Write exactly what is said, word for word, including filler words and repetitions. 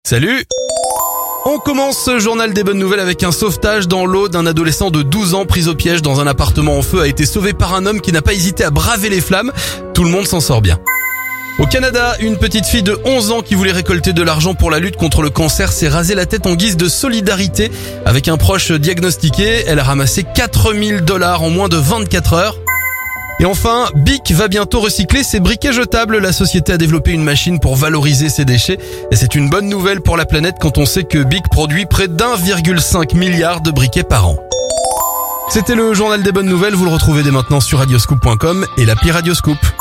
Salut! On commence ce journal des bonnes nouvelles avec un sauvetage dans l'eau d'un adolescent de douze ans pris au piège dans un appartement en feu a été sauvé par un homme qui n'a pas hésité à braver les flammes. Tout le monde s'en sort bien. Au Canada, une petite fille de onze ans qui voulait récolter de l'argent pour la lutte contre le cancer s'est rasé la tête en guise de solidarité avec un proche diagnostiqué. Elle a ramassé quatre mille dollars en moins de vingt-quatre heures. Et enfin, Bic va bientôt recycler ses briquets jetables. La société a développé une machine pour valoriser ses déchets. Et c'est une bonne nouvelle pour la planète quand on sait que Bic produit près d'un virgule cinq milliard de briquets par an. C'était le journal des bonnes nouvelles. Vous le retrouvez dès maintenant sur radioscoop point com et l'appli Radioscoop.